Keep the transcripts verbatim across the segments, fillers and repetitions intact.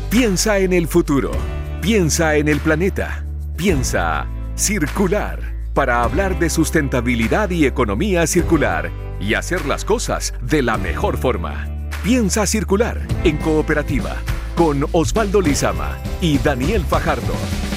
Piensa en el futuro. Piensa en el planeta. Piensa circular para hablar de sustentabilidad y economía circular y hacer las cosas de la mejor forma. Piensa circular en Cooperativa con Osvaldo Lizama y Daniel Fajardo.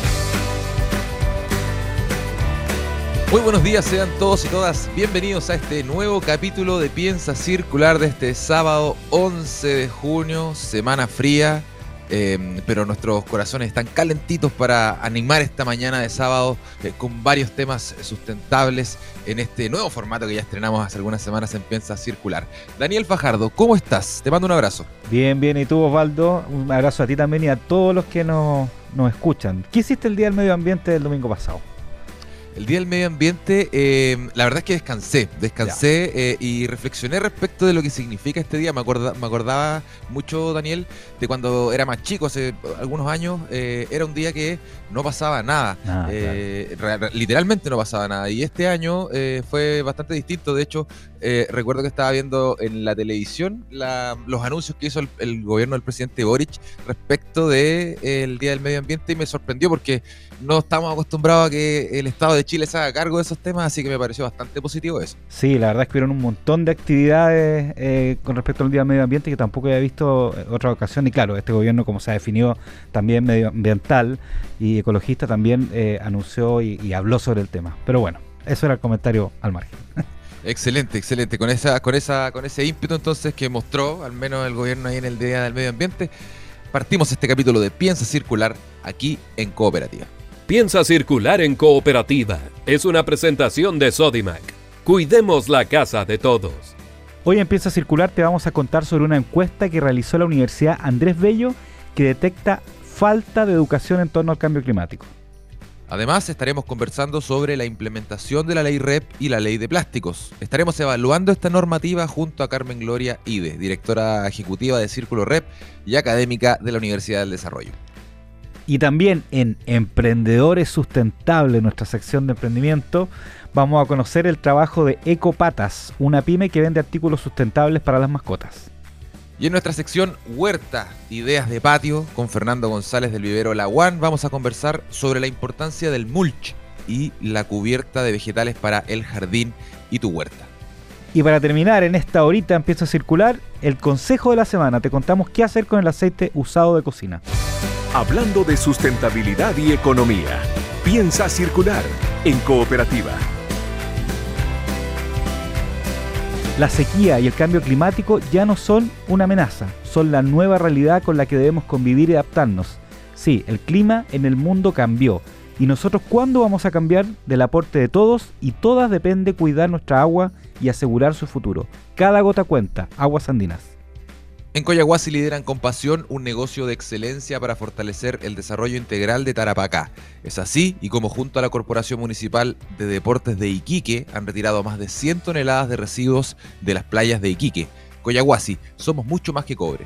Muy buenos días, sean todos y todas bienvenidos a este nuevo capítulo de Piensa Circular de este sábado once de junio, semana fría, eh, pero nuestros corazones están calentitos para animar esta mañana de sábado eh, con varios temas sustentables en este nuevo formato que ya estrenamos hace algunas semanas en Piensa Circular. Daniel Fajardo, ¿cómo estás? Te mando un abrazo. Bien, bien, y tú, Osvaldo, un abrazo a ti también y a todos los que nos, nos escuchan. ¿Qué hiciste el Día del Medio Ambiente del domingo pasado? El Día del Medio Ambiente, eh, la verdad es que descansé, descansé eh, y reflexioné respecto de lo que significa este día. Me, acorda, me acordaba mucho, Daniel, de cuando era más chico, hace algunos años, eh, era un día que no pasaba nada, Ah, eh, claro. re, literalmente no pasaba nada. Y este año eh, fue bastante distinto. De hecho, eh, recuerdo que estaba viendo en la televisión la, los anuncios que hizo el, el gobierno del presidente Boric respecto del de, Día del Medio Ambiente y me sorprendió porque no estamos acostumbrados a que el Estado de Chile se haga cargo de esos temas, así que me pareció bastante positivo eso. Sí, la verdad es que hubieron un montón de actividades eh, con respecto al Día del Medio Ambiente que tampoco había visto en otra ocasión. Y claro, este gobierno, como se ha definido también medioambiental y ecologista, también eh, anunció y, y habló sobre el tema. Pero bueno, eso era el comentario al margen. Excelente, excelente. Con esa, con esa, con ese ímpetu entonces que mostró, al menos el gobierno ahí en el Día del Medio Ambiente, partimos este capítulo de Piensa Circular aquí en Cooperativa. Piensa Circular en Cooperativa es una presentación de Sodimac. Cuidemos la casa de todos. Hoy en Piensa Circular te vamos a contar sobre una encuesta que realizó la Universidad Andrés Bello que detecta falta de educación en torno al cambio climático. Además, estaremos conversando sobre la implementación de la Ley R E P y la Ley de Plásticos. Estaremos evaluando esta normativa junto a Carmen Gloria Ide, directora ejecutiva de Círculo R E P y académica de la Universidad del Desarrollo. Y también en Emprendedores Sustentables, nuestra sección de emprendimiento, vamos a conocer el trabajo de Ecopatas, una pyme que vende artículos sustentables para las mascotas. Y en nuestra sección Huerta, Ideas de Patio, con Fernando González del vivero La One, vamos a conversar sobre la importancia del mulch y la cubierta de vegetales para el jardín y tu huerta. Y para terminar, en esta horita empieza a circular el consejo de la semana. Te contamos qué hacer con el aceite usado de cocina. Hablando de sustentabilidad y economía, Piensa Circular en Cooperativa. La sequía y el cambio climático ya no son una amenaza, son la nueva realidad con la que debemos convivir y adaptarnos. Sí, el clima en el mundo cambió. ¿Y nosotros cuándo vamos a cambiar? Del aporte de todos y todas depende cuidar nuestra agua y asegurar su futuro. Cada gota cuenta. Aguas Andinas. En Coyahuasi lideran con pasión un negocio de excelencia para fortalecer el desarrollo integral de Tarapacá. Es así y como junto a la Corporación Municipal de Deportes de Iquique han retirado más de cien toneladas de residuos de las playas de Iquique. Coyahuasi, somos mucho más que cobre.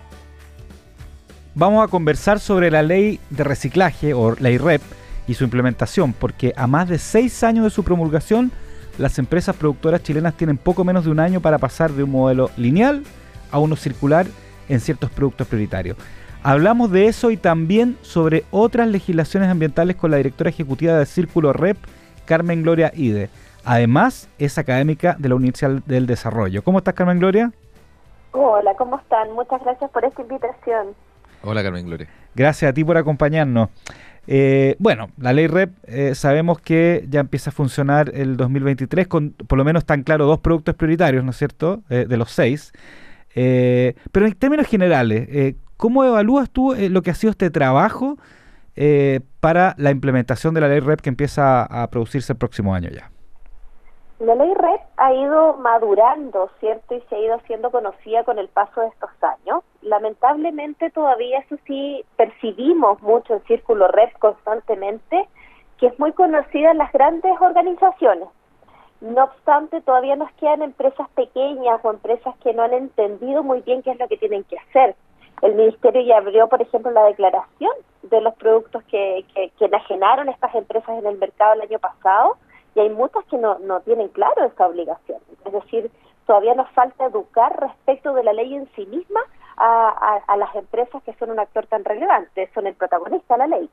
Vamos a conversar sobre la ley de reciclaje o ley R E P y su implementación, porque a más de seis años de su promulgación, las empresas productoras chilenas tienen poco menos de un año para pasar de un modelo lineal a uno circular en ciertos productos prioritarios. Hablamos de eso y también sobre otras legislaciones ambientales con la directora ejecutiva del Círculo R E P, Carmen Gloria Ide. Además, es académica de la Universidad del Desarrollo. ¿Cómo estás, Carmen Gloria? Hola, ¿cómo están? Muchas gracias por esta invitación. Hola, Carmen Gloria. Gracias a ti por acompañarnos. Eh, bueno, la ley R E P eh, sabemos que ya empieza a funcionar el dos mil veintitrés con por lo menos tan claro dos productos prioritarios, ¿no es cierto?, eh, de los seis. Eh, pero en términos generales, eh, ¿cómo evalúas tú eh, lo que ha sido este trabajo eh, para la implementación de la ley R E P que empieza a producirse el próximo año ya? La ley R E P ha ido madurando, ¿cierto? Y se ha ido haciendo conocida con el paso de estos años. Lamentablemente todavía, eso sí, percibimos mucho en Círculo R E P constantemente, que es muy conocida en las grandes organizaciones. No obstante, todavía nos quedan empresas pequeñas o empresas que no han entendido muy bien qué es lo que tienen que hacer. El Ministerio ya abrió, por ejemplo, la declaración de los productos que, que, que enajenaron estas empresas en el mercado el año pasado, y hay muchas que no, no tienen claro esta obligación. Es decir, todavía nos falta educar respecto de la ley en sí misma a, a, a las empresas que son un actor tan relevante, son el protagonista de la ley.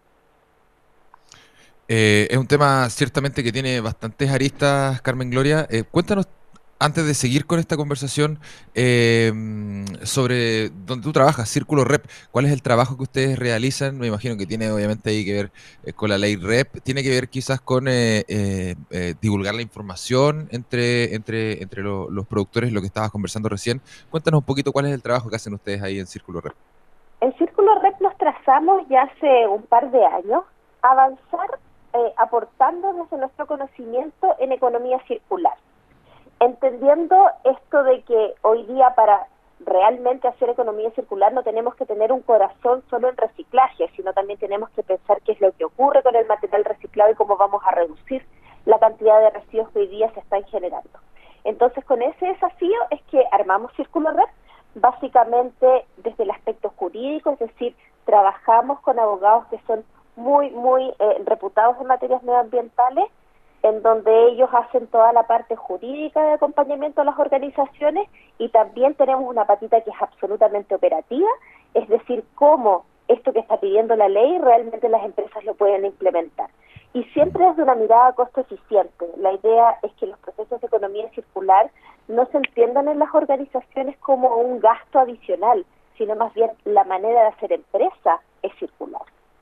Eh, es un tema ciertamente que tiene bastantes aristas, Carmen Gloria. Eh, cuéntanos, antes de seguir con esta conversación, eh, sobre donde tú trabajas, Círculo Rep, ¿cuál es el trabajo que ustedes realizan? Me imagino que tiene obviamente ahí que ver eh, con la ley Rep, tiene que ver quizás con eh, eh, eh, divulgar la información entre, entre, entre lo, los productores, lo que estabas conversando recién. Cuéntanos un poquito cuál es el trabajo que hacen ustedes ahí en Círculo Rep. En Círculo Rep nos trazamos ya hace un par de años a avanzar eh, aportando desde nuestro conocimiento en economía circular. Entendiendo esto de que hoy día para realmente hacer economía circular no tenemos que tener un corazón solo en reciclaje, sino también tenemos que pensar qué es lo que ocurre con el material reciclado y cómo vamos a reducir la cantidad de residuos que hoy día se están generando. Entonces, con ese desafío es que armamos Círculo Rep, básicamente desde el aspecto jurídico, es decir, trabajamos con abogados que son muy, muy eh, reputados en materias medioambientales, en donde ellos hacen toda la parte jurídica de acompañamiento a las organizaciones y también tenemos una patita que es absolutamente operativa, es decir, cómo esto que está pidiendo la ley realmente las empresas lo pueden implementar. Y siempre desde una mirada costo eficiente. La idea es que los procesos de economía circular no se entiendan en las organizaciones como un gasto adicional, sino más bien la manera de hacer empresa es circular.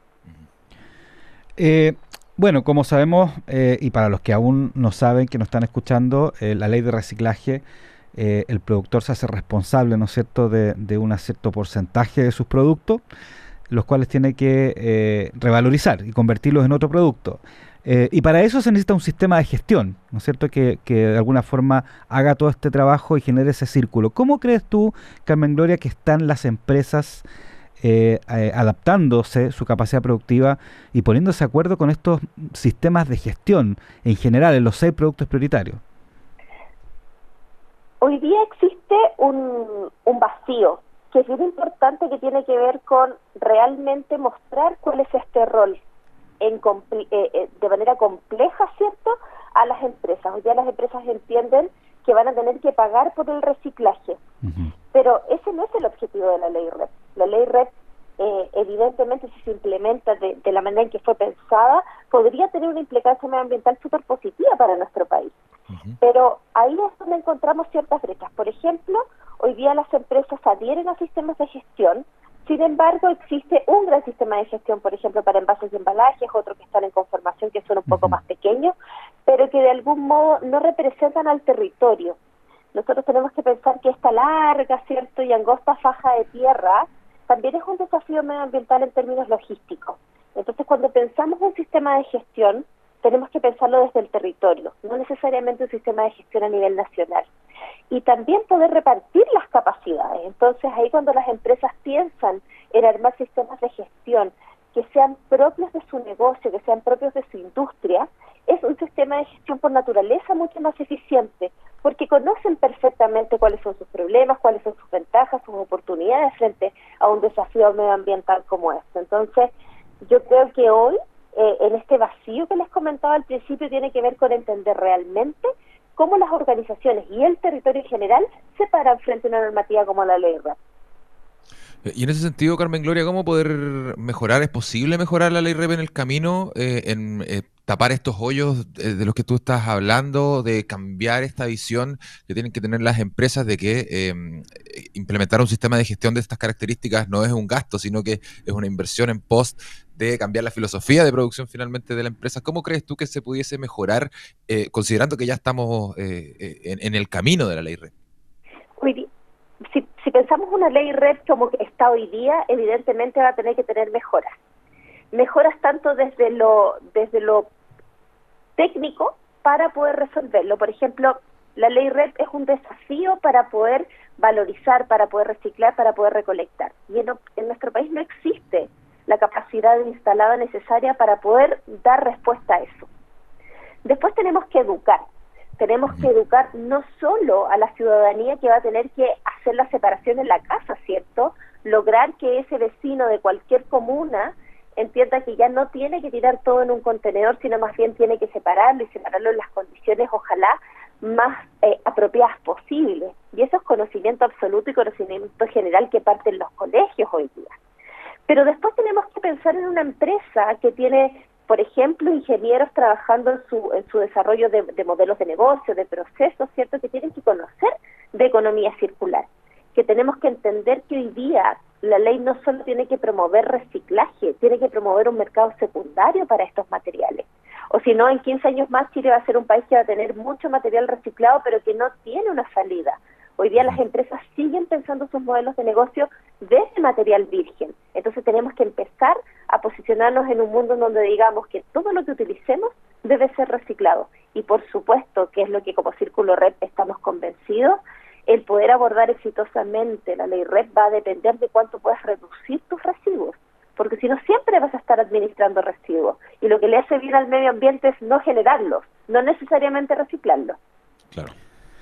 Eh... Bueno, como sabemos, eh, y para los que aún no saben, que nos están escuchando, eh, la ley de reciclaje, eh, el productor se hace responsable, ¿no es cierto?, de, de un cierto porcentaje de sus productos, los cuales tiene que eh, revalorizar y convertirlos en otro producto. Eh, y para eso se necesita un sistema de gestión, ¿no es cierto?, que, que de alguna forma haga todo este trabajo y genere ese círculo. ¿Cómo crees tú, Carmen Gloria, que están las empresas Eh, eh, adaptándose su capacidad productiva y poniéndose de acuerdo con estos sistemas de gestión en general en los seis productos prioritarios? Hoy día existe un, un vacío que es bien importante, que tiene que ver con realmente mostrar cuál es este rol en compl- eh, eh, de manera compleja, ¿cierto?, a las empresas. Hoy día las empresas entienden que van a tener que pagar por el reciclaje. Uh-huh. Pero ese no es el objetivo de la ley Rep. La ley Rep, eh, evidentemente, si se implementa de, de la manera en que fue pensada, podría tener una implicancia medioambiental súper positiva para nuestro país. Uh-huh. Pero ahí es donde encontramos ciertas brechas. Por ejemplo, hoy día las empresas adhieren a sistemas de gestión. Sin embargo, existe un gran sistema de gestión, por ejemplo, para envases y embalajes, otros que están en conformación, que son un poco uh-huh. más pequeños, pero que de algún modo no representan al territorio. Nosotros tenemos que pensar que esta larga, ¿cierto?, y angosta faja de tierra también es un desafío medioambiental en términos logísticos. Entonces, cuando pensamos un sistema de gestión, tenemos que pensarlo desde el territorio, no necesariamente un sistema de gestión a nivel nacional. Y también poder repartir las capacidades. Entonces, ahí cuando las empresas piensan en armar sistemas de gestión que sean propios de su negocio, que sean propios de su industria, es un sistema de gestión por naturaleza mucho más eficiente, porque conocen perfectamente cuáles son sus problemas, cuáles son sus ventajas, sus oportunidades frente a un desafío medioambiental como este. Entonces, yo creo que hoy, eh, en este vacío que les comentaba al principio, tiene que ver con entender realmente cómo las organizaciones y el territorio en general se paran frente a una normativa como la ley Rep. Y en ese sentido, Carmen Gloria, ¿cómo poder mejorar? ¿Es posible mejorar la ley Rep en el camino, eh, en eh, tapar estos hoyos de, de los que tú estás hablando, de cambiar esta visión que tienen que tener las empresas de que eh, implementar un sistema de gestión de estas características no es un gasto, sino que es una inversión en pos de cambiar la filosofía de producción finalmente de la empresa? ¿Cómo crees tú que se pudiese mejorar, eh, considerando que ya estamos eh, en, en el camino de la ley Rep? Muy bien. Si, si pensamos una ley Rep como que está hoy día, evidentemente va a tener que tener mejoras. Mejoras tanto desde lo desde lo técnico para poder resolverlo. Por ejemplo, la ley Rep es un desafío para poder valorizar, para poder reciclar, para poder recolectar. Y en, en nuestro país no existe la capacidad instalada necesaria para poder dar respuesta a eso. Después tenemos que educar. Tenemos que educar no solo a la ciudadanía que va a tener que hacer la separación en la casa, ¿cierto? Lograr que ese vecino de cualquier comuna entienda que ya no tiene que tirar todo en un contenedor, sino más bien tiene que separarlo y separarlo en las condiciones, ojalá, más eh, apropiadas posibles. Y eso es conocimiento absoluto y conocimiento general que parte en los colegios hoy día. Pero después tenemos que pensar en una empresa que tiene, por ejemplo, ingenieros trabajando en su, en su desarrollo de, de modelos de negocio, de procesos, ¿cierto?, que tienen que conocer de economía circular. Que tenemos que entender que hoy día la ley no solo tiene que promover reciclaje, tiene que promover un mercado secundario para estos materiales. O si no, en quince años más Chile va a ser un país que va a tener mucho material reciclado, pero que no tiene una salida. Hoy día las empresas siguen pensando sus modelos de negocio desde material virgen. Entonces tenemos que empezar a posicionarnos en un mundo en donde digamos que todo lo que utilicemos debe ser reciclado. Y por supuesto, que es lo que como Círculo R E P estamos convencidos, el poder abordar exitosamente la ley R E P va a depender de cuánto puedas reducir tus residuos. Porque si no, siempre vas a estar administrando residuos. Y lo que le hace bien al medio ambiente es no generarlos, no necesariamente reciclarlos. Claro.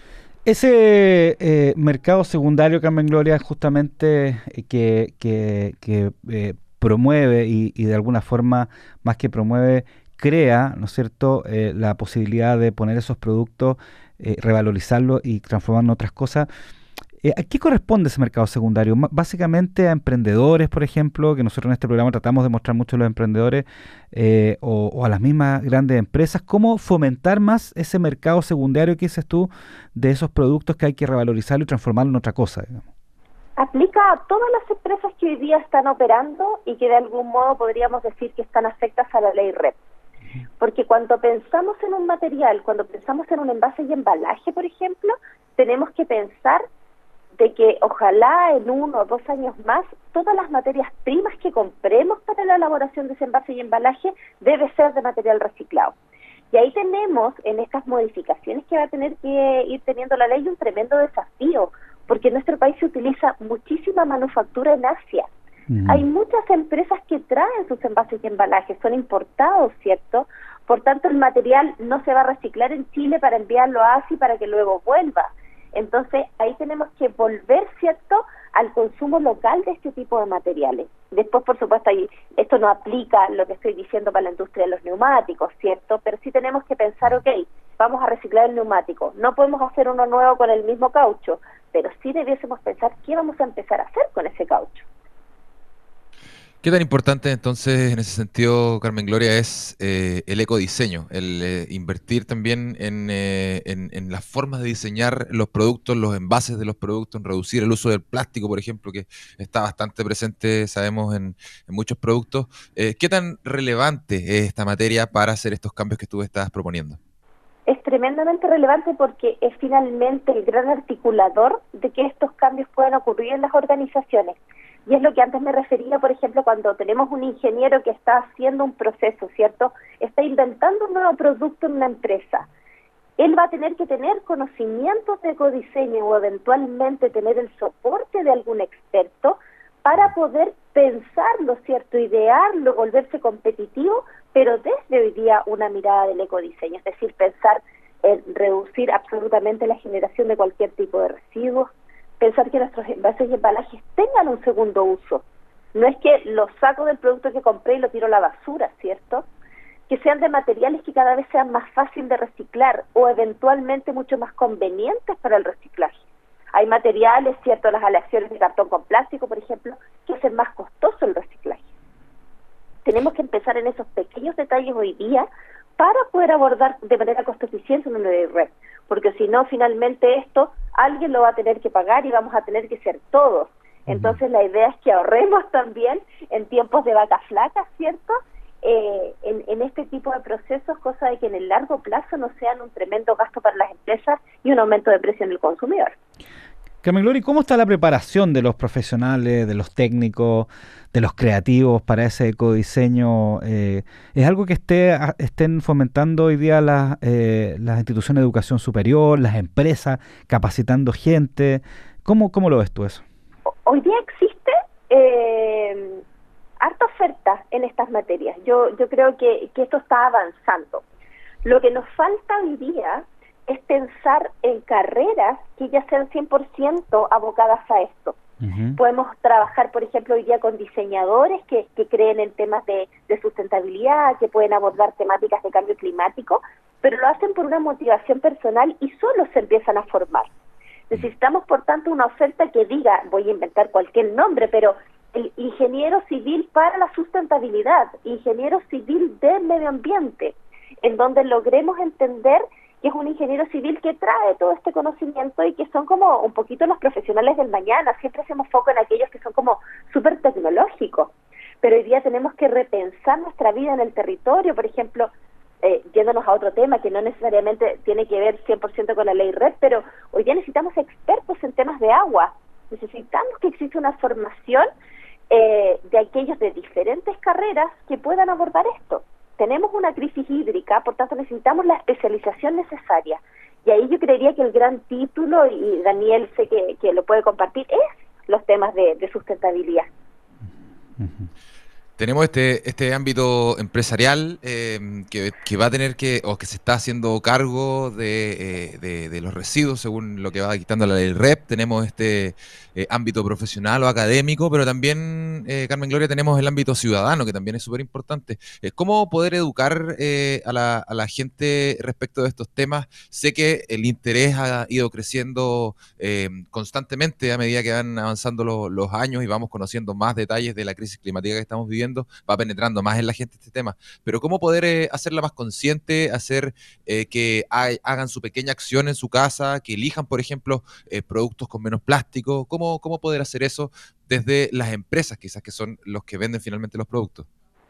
Ese eh, mercado secundario, Carmen Gloria, justamente eh, que, que, que eh, promueve y, y de alguna forma, más que promueve, crea, ¿no es cierto?, eh, la posibilidad de poner esos productos, eh, revalorizarlos y transformarlos en otras cosas. Eh, ¿A qué corresponde ese mercado secundario? M- básicamente a emprendedores, por ejemplo, que nosotros en este programa tratamos de mostrar mucho a los emprendedores, eh, o, o a las mismas grandes empresas. ¿Cómo fomentar más ese mercado secundario que dices tú de esos productos que hay que revalorizarlo y transformarlo en otra cosa, digamos? Aplica a todas las empresas que hoy día están operando y que de algún modo podríamos decir que están afectas a la ley R E P. Porque cuando pensamos en un material, cuando pensamos en un envase y embalaje, por ejemplo, tenemos que pensar de que ojalá en uno o dos años más todas las materias primas que compremos para la elaboración de ese envase y embalaje debe ser de material reciclado. Y ahí tenemos en estas modificaciones que va a tener que ir teniendo la ley un tremendo desafío, porque en nuestro país se utiliza muchísima manufactura en Asia. Mm. Hay muchas empresas que traen sus envases y embalajes, son importados, ¿cierto? Por tanto, el material no se va a reciclar en Chile para enviarlo a Asia y para que luego vuelva. Entonces, ahí tenemos que volver, ¿cierto?, al consumo local de este tipo de materiales. Después, por supuesto, ahí, esto no aplica lo que estoy diciendo para la industria de los neumáticos, ¿cierto? Pero sí tenemos que pensar, ok, vamos a reciclar el neumático. No podemos hacer uno nuevo con el mismo caucho, pero sí debiésemos pensar qué vamos a empezar a hacer con ese caucho. ¿Qué tan importante entonces en ese sentido, Carmen Gloria, es eh, el ecodiseño, el eh, invertir también en, eh, en, en las formas de diseñar los productos, los envases de los productos, en reducir el uso del plástico, por ejemplo, que está bastante presente, sabemos, en, en muchos productos? Eh, ¿Qué tan relevante es esta materia para hacer estos cambios que tú estás proponiendo? Es tremendamente relevante porque es finalmente el gran articulador de que estos cambios puedan ocurrir en las organizaciones. Y es lo que antes me refería, por ejemplo, cuando tenemos un ingeniero que está haciendo un proceso, ¿cierto? Está inventando un nuevo producto en una empresa. Él va a tener que tener conocimientos de ecodiseño o eventualmente tener el soporte de algún experto para poder pensarlo, ¿cierto? Idearlo, volverse competitivo, pero desde hoy día una mirada del ecodiseño, es decir, pensar en reducir absolutamente la generación de cualquier tipo de residuos, pensar que nuestros envases y embalajes tengan un segundo uso. No es que lo saco del producto que compré y lo tiro a la basura, ¿cierto? Que sean de materiales que cada vez sean más fácil de reciclar o eventualmente mucho más convenientes para el reciclaje. Hay materiales, ¿cierto?, las aleaciones de cartón con plástico, por ejemplo, que hacen más costoso el reciclaje. Tenemos que empezar en esos pequeños detalles hoy día para poder abordar de manera costo eficiente una ley R E P, porque si no, finalmente esto alguien lo va a tener que pagar y vamos a tener que ser todos. Entonces uh-huh. La idea es que ahorremos también en tiempos de vacas flacas, ¿cierto?, eh, en, en este tipo de procesos, cosa de que en el largo plazo no sean un tremendo gasto para las empresas y un aumento de precio en el consumidor. Carmen Gloria, ¿cómo está la preparación de los profesionales, de los técnicos, de los creativos para ese ecodiseño? Eh, ¿Es algo que esté, estén fomentando hoy día las, eh, las instituciones de educación superior, las empresas, capacitando gente? ¿Cómo, cómo lo ves tú eso? Hoy día existe eh, harta oferta en estas materias. Yo, yo creo que, que esto está avanzando. Lo que nos falta hoy día es pensar en carreras que ya sean cien por ciento abocadas a esto. Uh-huh. Podemos trabajar, por ejemplo, hoy día con diseñadores que, que creen en temas de, de sustentabilidad, que pueden abordar temáticas de cambio climático, pero lo hacen por una motivación personal y solo se empiezan a formar. Necesitamos, por tanto, una oferta que diga, voy a inventar cualquier nombre, pero el ingeniero civil para la sustentabilidad, ingeniero civil del medio ambiente, en donde logremos entender que es un ingeniero civil que trae todo este conocimiento y que son como un poquito los profesionales del mañana. Siempre hacemos foco en aquellos que son como súper tecnológicos, pero hoy día tenemos que repensar nuestra vida en el territorio. Por ejemplo, eh, yéndonos a otro tema que no necesariamente tiene que ver cien por ciento con la ley REP, pero hoy día necesitamos expertos en temas de agua. Necesitamos que exista una formación eh, de aquellos de diferentes carreras que puedan abordar esto. Tenemos una crisis hídrica, por tanto necesitamos la especialización necesaria. Y ahí yo creería que el gran título, y Daniel sé que, que lo puede compartir, es los temas de, de sustentabilidad. Uh-huh. Tenemos este este ámbito empresarial eh, que, que va a tener que, o que se está haciendo cargo de, eh, de, de los residuos según lo que va dictando la ley REP. Tenemos este eh, ámbito profesional o académico, pero también, eh, Carmen Gloria, tenemos el ámbito ciudadano, que también es súper importante. Eh, ¿Cómo poder educar eh, a, la, a la gente respecto de estos temas? Sé que el interés ha ido creciendo eh, constantemente a medida que van avanzando lo, los años y vamos conociendo más detalles de la crisis climática que estamos viviendo. Va penetrando más en la gente este tema, pero cómo poder eh, hacerla más consciente, hacer eh, que hay, hagan su pequeña acción en su casa, que elijan, por ejemplo, eh, productos con menos plástico. ¿Cómo, cómo poder hacer eso desde las empresas, quizás, que son los que venden finalmente los productos?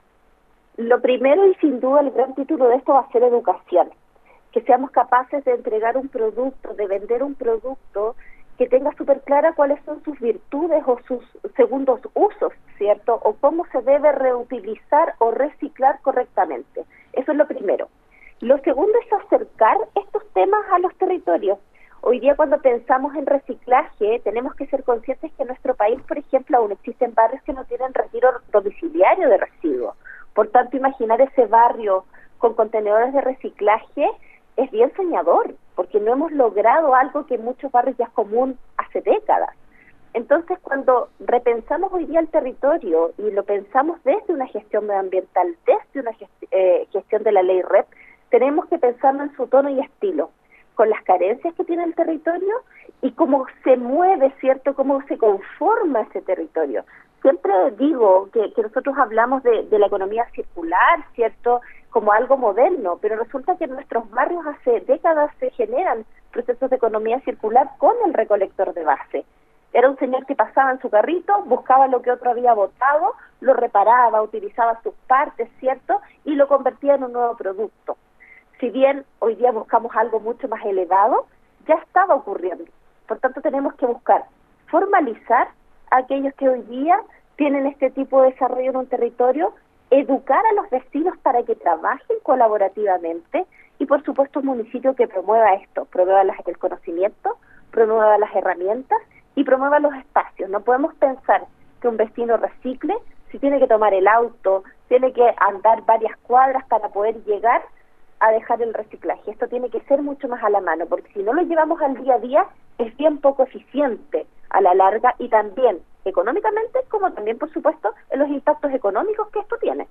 Lo primero y sin duda el gran título de esto va a ser educación, que seamos capaces de entregar un producto, de vender un producto que tenga súper clara cuáles son sus virtudes o sus segundos usos, ¿cierto? O cómo se debe reutilizar o reciclar correctamente. Eso es lo primero. Lo segundo es acercar estos temas a los territorios. Hoy día cuando pensamos en reciclaje, tenemos que ser conscientes que en nuestro país, por ejemplo, aún existen barrios que no tienen retiro domiciliario de residuos. Por tanto, imaginar ese barrio con contenedores de reciclaje es bien soñador, porque no hemos logrado algo que en muchos barrios ya es común hace décadas. Entonces, cuando repensamos hoy día el territorio y lo pensamos desde una gestión medioambiental, desde una gesti- eh, gestión de la ley REP, tenemos que pensarlo en su tono y estilo, con las carencias que tiene el territorio y cómo se mueve, ¿cierto?, cómo se conforma ese territorio. Siempre digo que, que nosotros hablamos de, de la economía circular, ¿cierto?, como algo moderno, pero resulta que en nuestros barrios hace décadas se generan procesos de economía circular con el recolector de base. Era un señor que pasaba en su carrito, buscaba lo que otro había botado, lo reparaba, utilizaba sus partes, ¿cierto?, y lo convertía en un nuevo producto. Si bien hoy día buscamos algo mucho más elevado, ya estaba ocurriendo. Por tanto, tenemos que buscar formalizar a aquellos que hoy día tienen este tipo de desarrollo en un territorio, educar a los vecinos para que trabajen colaborativamente y, por supuesto, un municipio que promueva esto, promueva las, el conocimiento, promueva las herramientas y promueva los espacios. No podemos pensar que un vecino recicle si tiene que tomar el auto, tiene que andar varias cuadras para poder llegar a dejar el reciclaje. Esto tiene que ser mucho más a la mano, porque si no lo llevamos al día a día, es bien poco eficiente a la larga y también económicamente, como también, por supuesto, en los impactos económicos que esto tiene.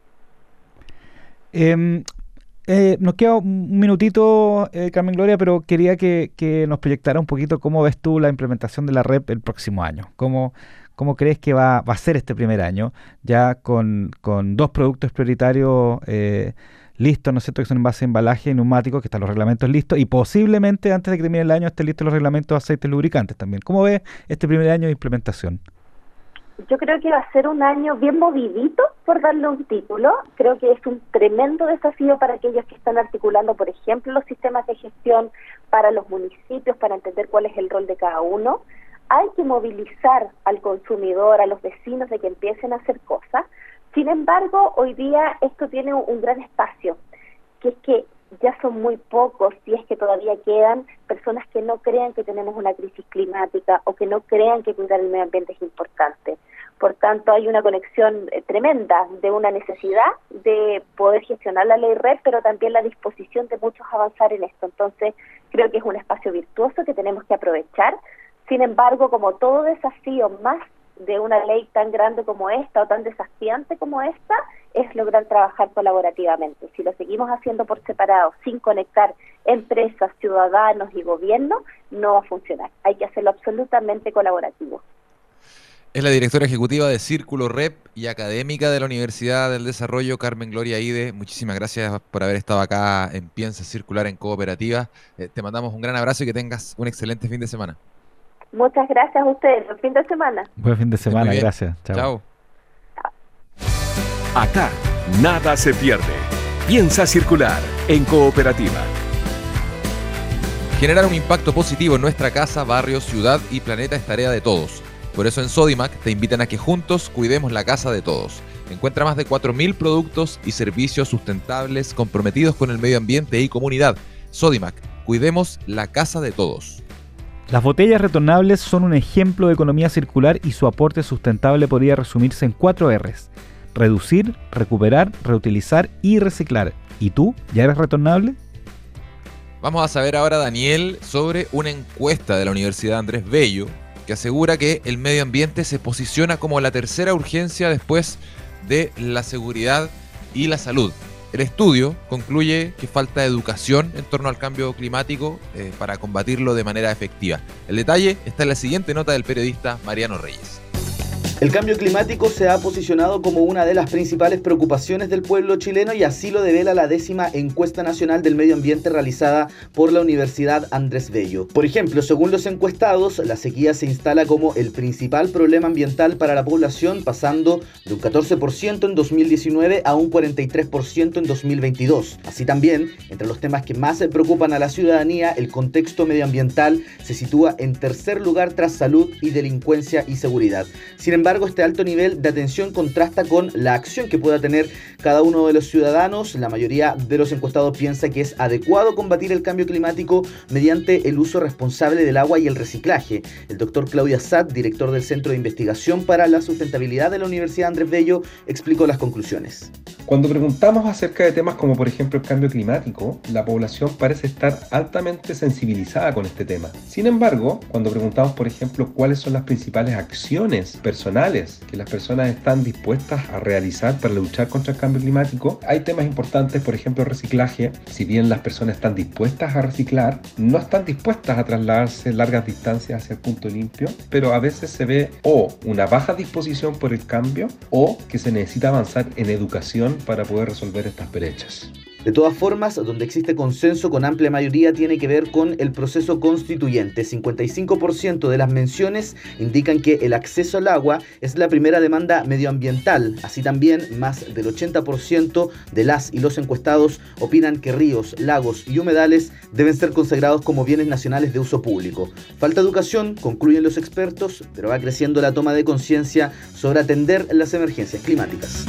Eh, eh, nos queda un minutito, eh, Carmen Gloria, pero quería que, que nos proyectara un poquito cómo ves tú la implementación de la REP el próximo año. ¿Cómo, cómo crees que va, va a ser este primer año, ya con, con dos productos prioritarios eh, listos, ¿no es cierto?, que son en base a embalaje y neumáticos, que están los reglamentos listos, y posiblemente antes de que termine el año estén listos los reglamentos de aceites lubricantes también. ¿Cómo ves este primer año de implementación? Yo creo que va a ser un año bien movidito, por darle un título. Creo que es un tremendo desafío para aquellos que están articulando, por ejemplo, los sistemas de gestión para los municipios, para entender cuál es el rol de cada uno. Hay que movilizar al consumidor, a los vecinos, de que empiecen a hacer cosas. Sin embargo, hoy día esto tiene un, un gran espacio, que es que ya son muy pocos, si es que todavía quedan personas que no crean que tenemos una crisis climática o que no crean que cuidar el medio ambiente es importante. Por tanto, hay una conexión eh, tremenda de una necesidad de poder gestionar la ley REP, pero también la disposición de muchos a avanzar en esto. Entonces, creo que es un espacio virtuoso que tenemos que aprovechar. Sin embargo, como todo desafío más de una ley tan grande como esta o tan desafiante como esta, es lograr trabajar colaborativamente. Si lo seguimos haciendo por separado, sin conectar empresas, ciudadanos y gobierno, no va a funcionar. Hay que hacerlo absolutamente colaborativo. Es la directora ejecutiva de Círculo Rep y académica de la Universidad del Desarrollo, Carmen Gloria Ide. Muchísimas gracias por haber estado acá en Piensa Circular en Cooperativa. Eh, te mandamos un gran abrazo y que tengas un excelente fin de semana. Muchas gracias a ustedes. Buen fin de semana. Buen fin de semana, gracias. Chao. Chao. Acá, nada se pierde. Piensa Circular en Cooperativa. Generar un impacto positivo en nuestra casa, barrio, ciudad y planeta es tarea de todos. Por eso en Sodimac te invitan a que juntos cuidemos la casa de todos. Encuentra más de cuatro mil productos y servicios sustentables comprometidos con el medio ambiente y comunidad. Sodimac, cuidemos la casa de todos. Las botellas retornables son un ejemplo de economía circular y su aporte sustentable podría resumirse en cuatro R's. Reducir, recuperar, reutilizar y reciclar. ¿Y tú? ¿Ya eres retornable? Vamos a saber ahora, Daniel, sobre una encuesta de la Universidad Andrés Bello que asegura que el medio ambiente se posiciona como la tercera urgencia después de la seguridad y la salud. El estudio concluye que falta educación en torno al cambio climático eh, para combatirlo de manera efectiva. El detalle está en la siguiente nota del periodista Mariano Reyes. El cambio climático se ha posicionado como una de las principales preocupaciones del pueblo chileno y así lo devela la décima encuesta nacional del medio ambiente realizada por la Universidad Andrés Bello. Por ejemplo, según los encuestados, la sequía se instala como el principal problema ambiental para la población, pasando de un catorce por ciento en dos mil diecinueve a un cuarenta y tres por ciento en dos mil veintidós. Así también, entre los temas que más se preocupan a la ciudadanía, el contexto medioambiental se sitúa en tercer lugar tras salud y delincuencia y seguridad. Sin embargo, este alto nivel de atención contrasta con la acción que pueda tener cada uno de los ciudadanos. La mayoría de los encuestados piensa que es adecuado combatir el cambio climático mediante el uso responsable del agua y el reciclaje. El doctor Claudio Assad, director del Centro de Investigación para la Sustentabilidad de la Universidad Andrés Bello, explicó las conclusiones. Cuando preguntamos acerca de temas como por ejemplo el cambio climático, la población parece estar altamente sensibilizada con este tema. Sin embargo, cuando preguntamos por ejemplo cuáles son las principales acciones personales que las personas están dispuestas a realizar para luchar contra el cambio climático, hay temas importantes, por ejemplo el reciclaje. Si bien las personas están dispuestas a reciclar, no están dispuestas a trasladarse largas distancias hacia el punto limpio, pero a veces se ve o una baja disposición por el cambio o que se necesita avanzar en educación para poder resolver estas brechas. De todas formas, donde existe consenso con amplia mayoría tiene que ver con el proceso constituyente. cincuenta y cinco por ciento de las menciones indican que el acceso al agua es la primera demanda medioambiental. Así también, más del ochenta por ciento de las y los encuestados opinan que ríos, lagos y humedales deben ser consagrados como bienes nacionales de uso público. Falta educación, concluyen los expertos, pero va creciendo la toma de conciencia sobre atender las emergencias climáticas.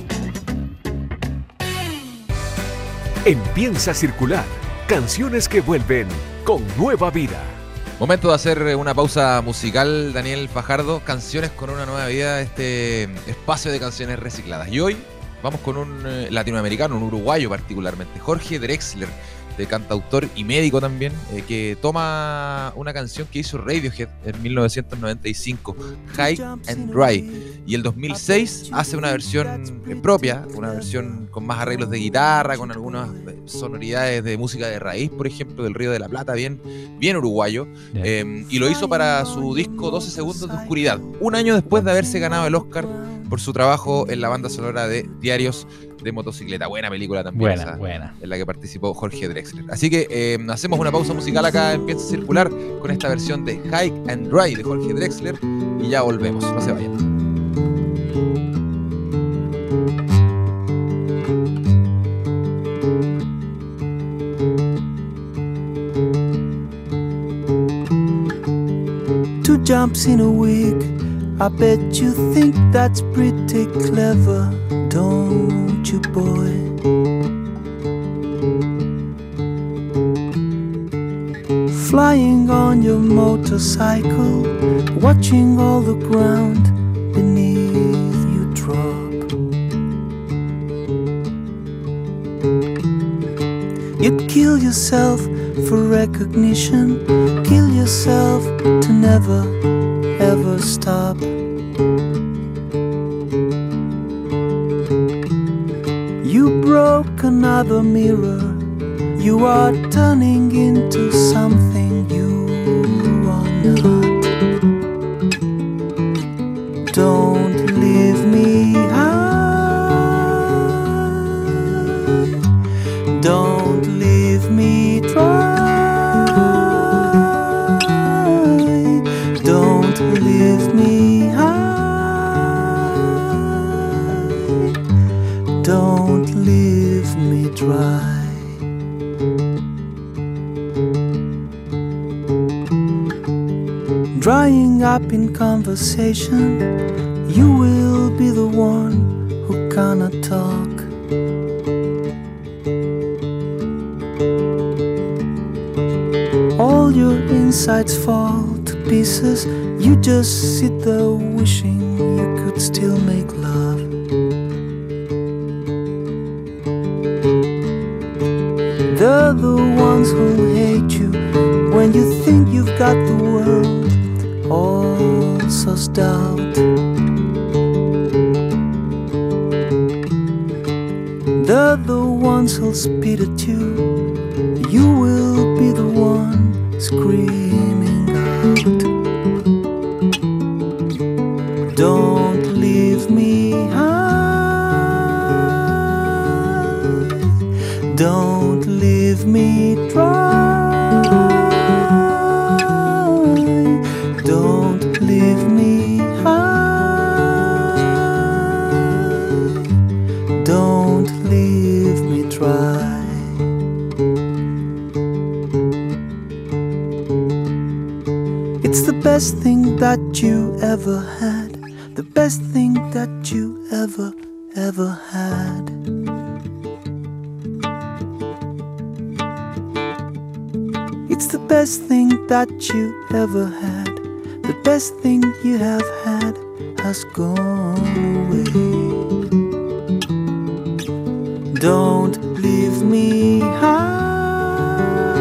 En Piensa Circular, canciones que vuelven con nueva vida. Momento de hacer una pausa musical, Daniel Fajardo. Canciones con una nueva vida, este espacio de canciones recicladas. Y hoy vamos con un eh, latinoamericano, un uruguayo particularmente, Jorge Drexler, de cantautor y médico también, eh, que toma una canción que hizo Radiohead en mil novecientos noventa y cinco, High and Dry, y el dos mil seis hace una versión eh, propia, una versión con más arreglos de guitarra, con algunas eh, sonoridades de música de raíz, por ejemplo, del Río de la Plata, bien, bien uruguayo, eh, y lo hizo para su disco doce segundos de oscuridad, un año después de haberse ganado el Oscar por su trabajo en la banda sonora de Diarios de Motocicleta. Buena película también, buena, esa, buena. en la que participó Jorge Drexler. Así que eh, hacemos una pausa musical acá en Piensa Circular con esta versión de High and Dry de Jorge Drexler y ya volvemos, no se vayan. Two jumps in a week, I bet you think that's pretty clever, don't you, boy? Flying on your motorcycle, watching all the ground beneath you drop. You'd kill yourself for recognition, kill yourself to never ever stop. broke another mirror. You are turning into something you are not. Don't leave me high. Don't leave me dry. Don't leave me high. Don't leave me dry. Drying up in conversation, you will be the one who cannot talk. All your insides fall to pieces. You just sit there wishing you could still make love. They're the ones who hate you when you think you've got the world all sussed out. They're the ones who'll spit at you. You will be the one screaming out. Don't leave me high. Don't leave me dry. Don't leave me high. Don't leave me dry. It's the best thing that you ever had. The best thing that you ever, ever had. It's the best thing that you ever had. The best thing you have had has gone away. Don't leave me high.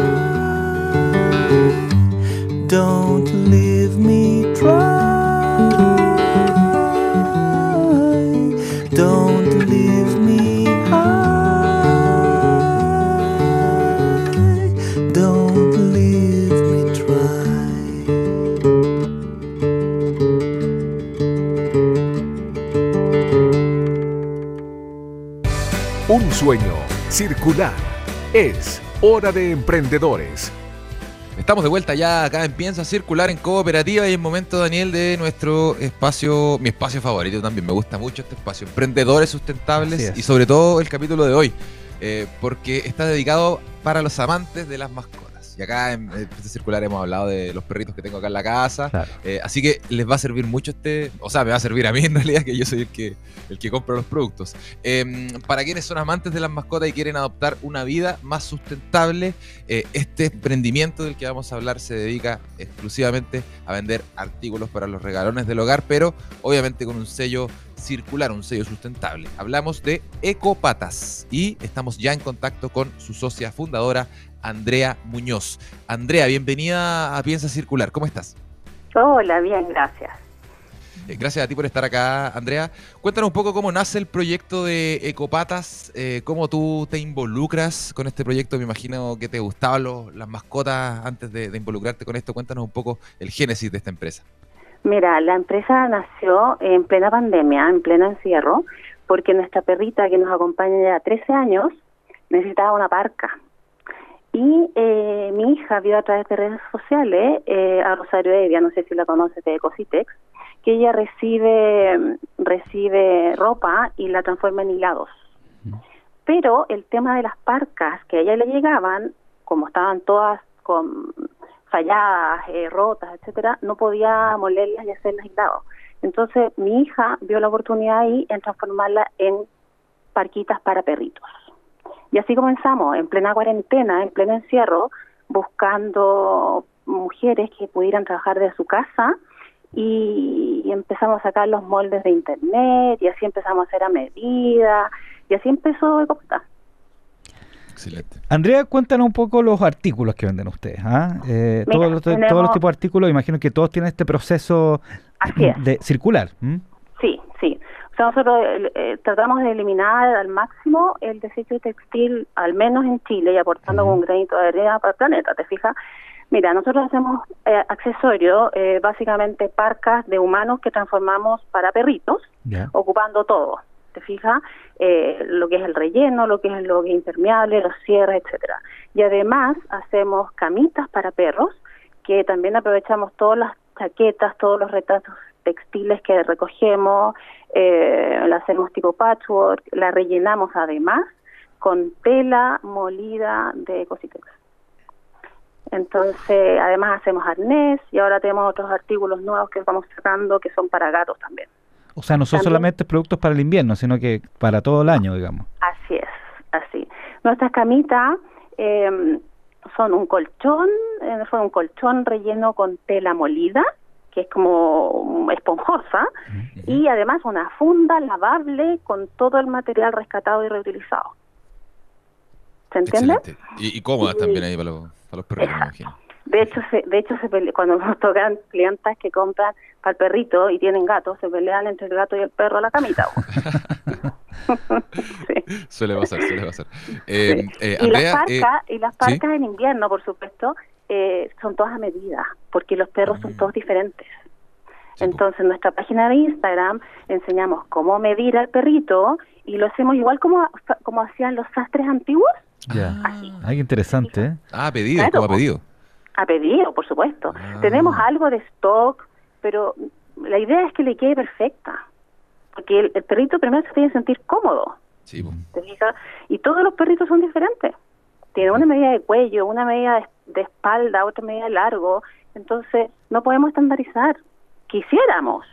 Don't leave me dry. Don't leave me high. Don't leave me dry. Un sueño circular. Es hora de emprendedores. Estamos de vuelta ya acá en Piensa Circular en Cooperativa y es momento, Daniel, de nuestro espacio, mi espacio favorito también, me gusta mucho este espacio, Emprendedores Sustentables, y sobre todo el capítulo de hoy, eh, porque está dedicado para los amantes de las mascotas. Y acá en Piensa Circular hemos hablado de los perritos que tengo acá en la casa, claro. eh, así que les va a servir mucho este, o sea, me va a servir a mí en realidad, que yo soy el que, el que compra los productos. Eh, para quienes son amantes de las mascotas y quieren adoptar una vida más sustentable, eh, este emprendimiento del que vamos a hablar se dedica exclusivamente a vender artículos para los regalones del hogar, pero obviamente con un sello circular, un sello sustentable. Hablamos de Ecopatas y estamos ya en contacto con su socia fundadora, Andrea Muñoz. Andrea, bienvenida a Piensa Circular, ¿cómo estás? Hola, bien, gracias. Eh, gracias a ti por estar acá, Andrea. Cuéntanos un poco cómo nace el proyecto de Ecopatas, eh, cómo tú te involucras con este proyecto. Me imagino que te gustaban los, las mascotas antes de, de involucrarte con esto. Cuéntanos un poco el génesis de esta empresa. Mira, la empresa nació en plena pandemia, en pleno encierro, porque nuestra perrita que nos acompaña ya trece años necesitaba una parca. Y eh, mi hija vio a través de redes sociales eh, a Rosario Evia, no sé si la conoces, de Ecositex, que ella recibe recibe ropa y la transforma en hilados. Pero el tema de las parcas que a ella le llegaban, como estaban todas con falladas, eh, rotas, etcétera, no podía molerlas y hacerlas hilados. Entonces mi hija vio la oportunidad ahí en transformarla en parquitas para perritos. Y así comenzamos, en plena cuarentena, en pleno encierro, buscando mujeres que pudieran trabajar de su casa y, y empezamos a sacar los moldes de internet y así empezamos a hacer a medida y así empezó Ecopatas. Excelente. Andrea, cuéntanos un poco los artículos que venden ustedes. ¿ah? Eh, Mira, todos, los, tenemos... todos los tipos de artículos, imagino que todos tienen este proceso Así es. de circular. ¿Mm? Sí, sí. O sea, nosotros eh, tratamos de eliminar al máximo el desecho textil, al menos en Chile, y aportando uh-huh. un granito de arena para el planeta, ¿te fijas? Mira, nosotros hacemos eh, accesorios, eh, básicamente parcas de humanos que transformamos para perritos, yeah. ocupando todo, ¿te fijas? Eh, lo que es el relleno, lo que es lo que es impermeable, los cierres, etcétera. Y además hacemos camitas para perros, que también aprovechamos todas las chaquetas, todos los retazos textiles que recogemos, eh, la hacemos tipo patchwork, la rellenamos además con tela molida de Ecositex. Entonces, además hacemos arnés y ahora tenemos otros artículos nuevos que estamos sacando que son para gatos también. O sea, no son también solamente productos para el invierno, sino que para todo el año, digamos. Así es, así. Nuestras camitas eh, son un colchón, eh, son un colchón relleno con tela molida, que es como esponjosa, uh-huh. y además una funda lavable con todo el material rescatado y reutilizado. ¿Se entiende? Excelente. Y, y cómodas y, también ahí para los, para los perritos, me imagino. De hecho, se, de hecho se pele- cuando nos tocan clientas que compran para el perrito y tienen gatos, se pelean entre el gato y el perro a la camita. Sí. Suele pasar, suele pasar. Eh, sí. eh, y, Andrea, las parcas, eh, y las parcas ¿sí? en invierno, por supuesto, eh, son todas a medida, porque los perros mm. son todos diferentes. Sí, Entonces, en nuestra página de Instagram enseñamos cómo medir al perrito y lo hacemos igual como, como hacían los sastres antiguos. Ya, Así. Ay, qué interesante, ¿eh? Ah, a pedido, Claro, como a pedido. A pedido, por supuesto. Ah. Tenemos algo de stock, pero la idea es que le quede perfecta. Porque el, el perrito primero se tiene que sentir cómodo. Sí, pues. ¿Te fijas? Y todos los perritos son diferentes. Tienen una medida de cuello, una medida de, de espalda, otra medida de largo. Entonces, no podemos estandarizar. Quisiéramos,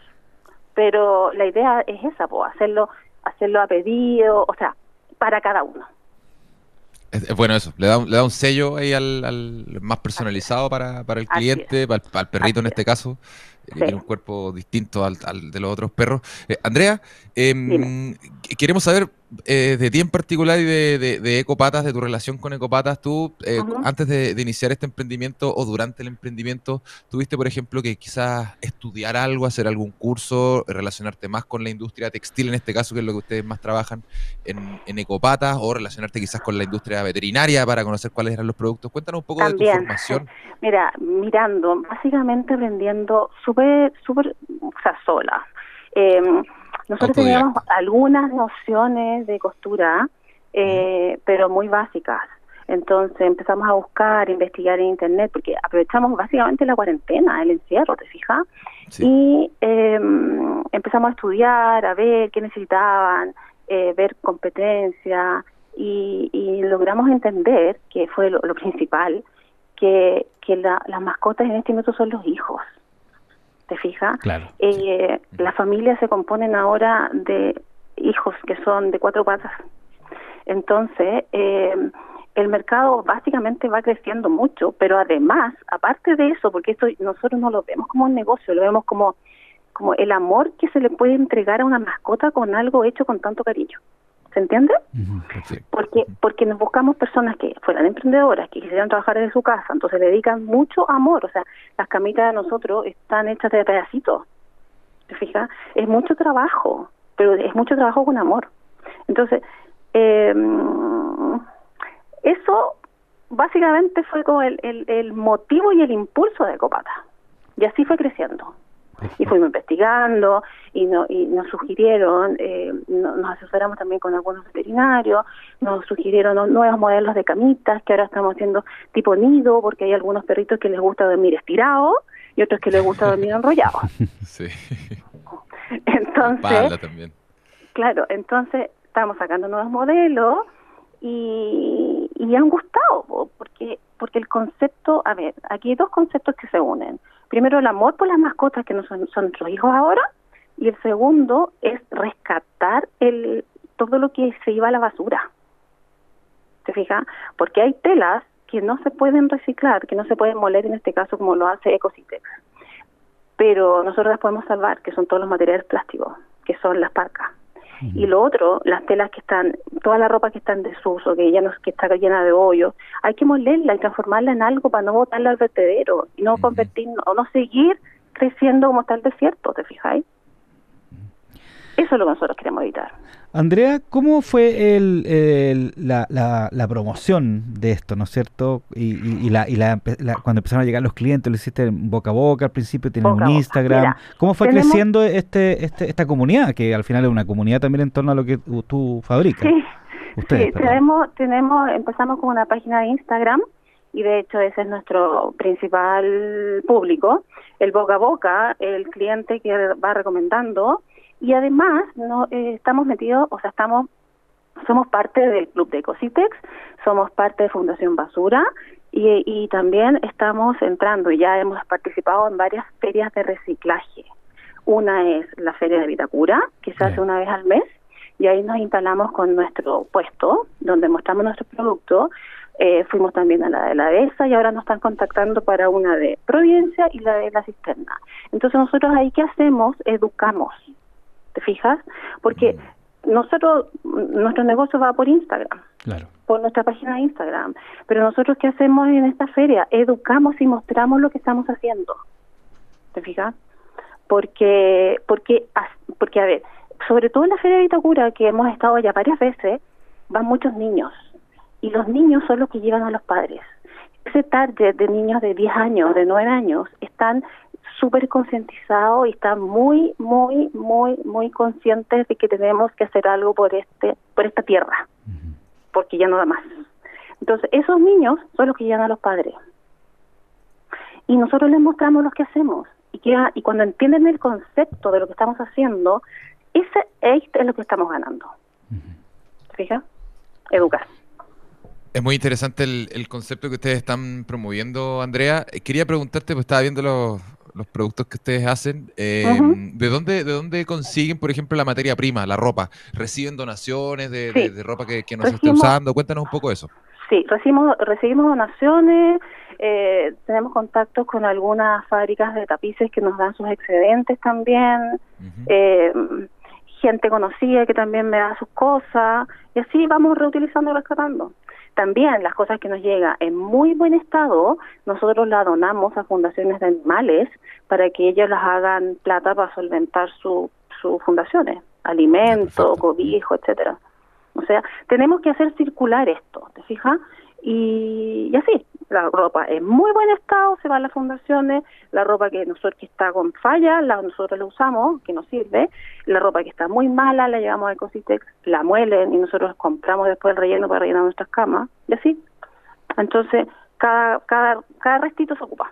pero la idea es esa, pues, hacerlo, hacerlo a pedido, o sea, para cada uno. Es, es bueno eso, le da, un, le da un sello ahí al, al más personalizado para, para el cliente, para el, para el perrito Así en este es. caso, que sí. tiene un cuerpo distinto al, al de los otros perros. Eh, Andrea, eh, queremos saber eh, de ti en particular y de, de, de Ecopatas, de tu relación con Ecopatas. Tú, eh, uh-huh. antes de, de iniciar este emprendimiento o durante el emprendimiento, ¿tuviste, por ejemplo, que quizás estudiar algo, hacer algún curso, relacionarte más con la industria textil, en este caso, que es lo que ustedes más trabajan en, en Ecopatas, o relacionarte quizás con la industria veterinaria para conocer cuáles eran los productos? Cuéntanos un poco También. de tu formación. Mira, mirando, básicamente aprendiendo súper, súper, o sea, sola. Eh, nosotros teníamos algunas nociones de costura, eh, mm. pero muy básicas. Entonces empezamos a buscar, investigar en internet, porque aprovechamos básicamente la cuarentena, el encierro, ¿te fijas? Sí. Y eh, empezamos a estudiar, a ver qué necesitaban, eh, ver competencia, y, y logramos entender, que fue lo, lo principal, que, que la, las mascotas en este minuto son los hijos. ¿Te fijas? Claro. Eh, sí. Las familias se componen ahora de hijos que son de cuatro patas. Entonces, eh, el mercado básicamente va creciendo mucho, pero además, aparte de eso, porque esto nosotros no lo vemos como un negocio, lo vemos como, como el amor que se le puede entregar a una mascota con algo hecho con tanto cariño. ¿Se entiende? Uh-huh. Porque porque nos buscamos personas que fueran emprendedoras, que quisieran trabajar desde su casa, entonces le dedican mucho amor. O sea, las camitas de nosotros están hechas de pedacitos. ¿Te fijas? Es mucho trabajo, pero es mucho trabajo con amor. Entonces, eh, eso básicamente fue como el, el, el motivo y el impulso de Ecopatas. Y así fue creciendo. Y fuimos investigando y, no, y nos sugirieron, eh, no, nos asesoramos también con algunos veterinarios, nos sugirieron no, nuevos modelos de camitas que ahora estamos haciendo tipo nido, porque hay algunos perritos que les gusta dormir estirados y otros que les gusta dormir enrollados. Sí. Entonces, también. Claro, entonces estamos sacando nuevos modelos y, y han gustado, porque porque el concepto, a ver, aquí hay dos conceptos que se unen. Primero, el amor por las mascotas, que no son, son nuestros hijos ahora, y el segundo es rescatar el todo lo que se iba a la basura. ¿Te fijas? Porque hay telas que no se pueden reciclar, que no se pueden moler en este caso como lo hace Ecositex. Pero nosotros las podemos salvar, que son todos los materiales plásticos, que son las parcas. Uh-huh. Y lo otro, las telas que están, toda la ropa que está en desuso, que ya no que está llena de hoyos, hay que molerla y transformarla en algo para no botarla al vertedero y no uh-huh. convertir o no seguir creciendo como está el desierto, ¿te fijáis? Eso es lo que nosotros queremos evitar. Andrea, ¿cómo fue el, el- la, la- la promoción de esto, ¿no es cierto? Y, y- y la, y la- la- cuando empezaron a llegar los clientes, lo hiciste boca a boca al principio, tienen Boca a un boca. Instagram. Mira, ¿Cómo fue tenemos- creciendo este, este, esta comunidad, que al final es una comunidad también en torno a lo que tú, tú fabricas? Sí, Ustedes, sí, perdón. tenemos, tenemos, empezamos con una página de Instagram y de hecho ese es nuestro principal público, el boca a boca, el cliente que va recomendando y además no eh, estamos metidos, o sea, estamos somos parte del club de Ecositex, somos parte de Fundación Basura y, y también estamos entrando y ya hemos participado en varias ferias de reciclaje. Una es la Feria de Vitacura, que se hace Bien. una vez al mes, y ahí nos instalamos con nuestro puesto, donde mostramos nuestro producto. Eh, fuimos también a la de la ESA y ahora nos están contactando para una de Providencia y la de la Cisterna. Entonces nosotros ahí, ¿qué hacemos? Educamos, ¿te fijas? Porque nosotros, nuestro negocio va por Instagram, Claro. por nuestra página de Instagram, pero nosotros, ¿qué hacemos en esta feria? Educamos y mostramos lo que estamos haciendo, ¿te fijas? Porque, porque, as- porque a ver, sobre todo en la Feria de Vitacura, que hemos estado ya varias veces, van muchos niños, y los niños son los que llevan a los padres. Ese target de niños de diez años, de nueve años, están súper concientizados y están muy, muy, muy, muy conscientes de que tenemos que hacer algo por este, por esta tierra, porque ya no da más. Entonces, esos niños son los que llevan a los padres. Y nosotros les mostramos lo que hacemos. Y, que, y cuando entienden el concepto de lo que estamos haciendo, ese es lo que estamos ganando. ¿Te fijas? Educar. Es muy interesante el, el concepto que ustedes están promoviendo, Andrea. Eh, Quería preguntarte, pues estaba viendo los, los productos que ustedes hacen. eh, Ujú. ¿de dónde, ¿De dónde consiguen, por ejemplo, la materia prima, la ropa? ¿Reciben donaciones de, Sí. de- de ropa que, que no se esté Recibimos- usando? Cuéntanos un poco de eso. Sí, recibimos, recibimos donaciones, eh, tenemos contactos con algunas fábricas de tapices que nos dan sus excedentes también, Ujú. eh, gente conocida que también me da sus cosas, y así vamos reutilizando y rescatando. También las cosas que nos llegan en muy buen estado, nosotros las donamos a fundaciones de animales para que ellos las hagan plata para solventar su- sus fundaciones, alimentos, perfecto. cobijo, etcétera. O sea, tenemos que hacer circular esto, ¿te fijas? Y, y así, la ropa en muy buen estado se va a las fundaciones, la ropa que nosotros que está con falla, la nosotros la usamos, que nos sirve, la ropa que está muy mala la llevamos a Ecositex, la muelen y nosotros compramos después el relleno para rellenar nuestras camas, y así. Entonces, cada, cada, cada restito se ocupa.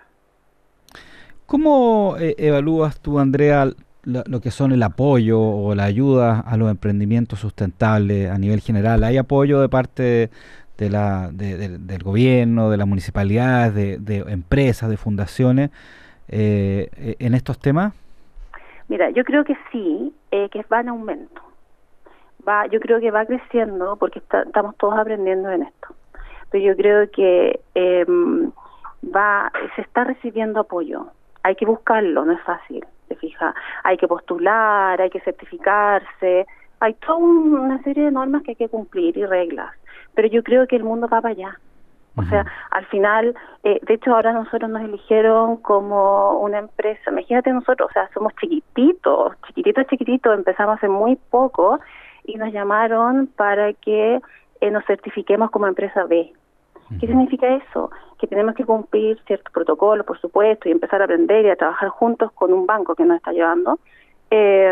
¿Cómo eh, evalúas tú, Andrea, lo, lo que son el apoyo o la ayuda a los emprendimientos sustentables a nivel general? ¿Hay apoyo de parte de la, de- de- del gobierno, de las municipalidades, de, de empresas, de fundaciones eh, eh, en estos temas? Mira, yo creo que sí, eh, que va en aumento. Va, yo creo que va creciendo porque está- estamos todos aprendiendo en esto. Pero yo creo que eh, va, se está recibiendo apoyo. Hay que buscarlo, no es fácil, ¿te fijas? Hay que postular, hay que certificarse, hay toda un- una serie de normas que hay que cumplir y reglas. Pero yo creo que el mundo va para allá. O sea, al final, eh, de hecho ahora nosotros nos eligieron como una empresa, imagínate nosotros, o sea, somos chiquititos, chiquititos, chiquititos, empezamos hace muy poco y nos llamaron para que eh, nos certifiquemos como empresa B. ¿Qué significa eso? Que tenemos que cumplir ciertos protocolos, por supuesto, y empezar a aprender y a trabajar juntos con un banco que nos está llevando, eh,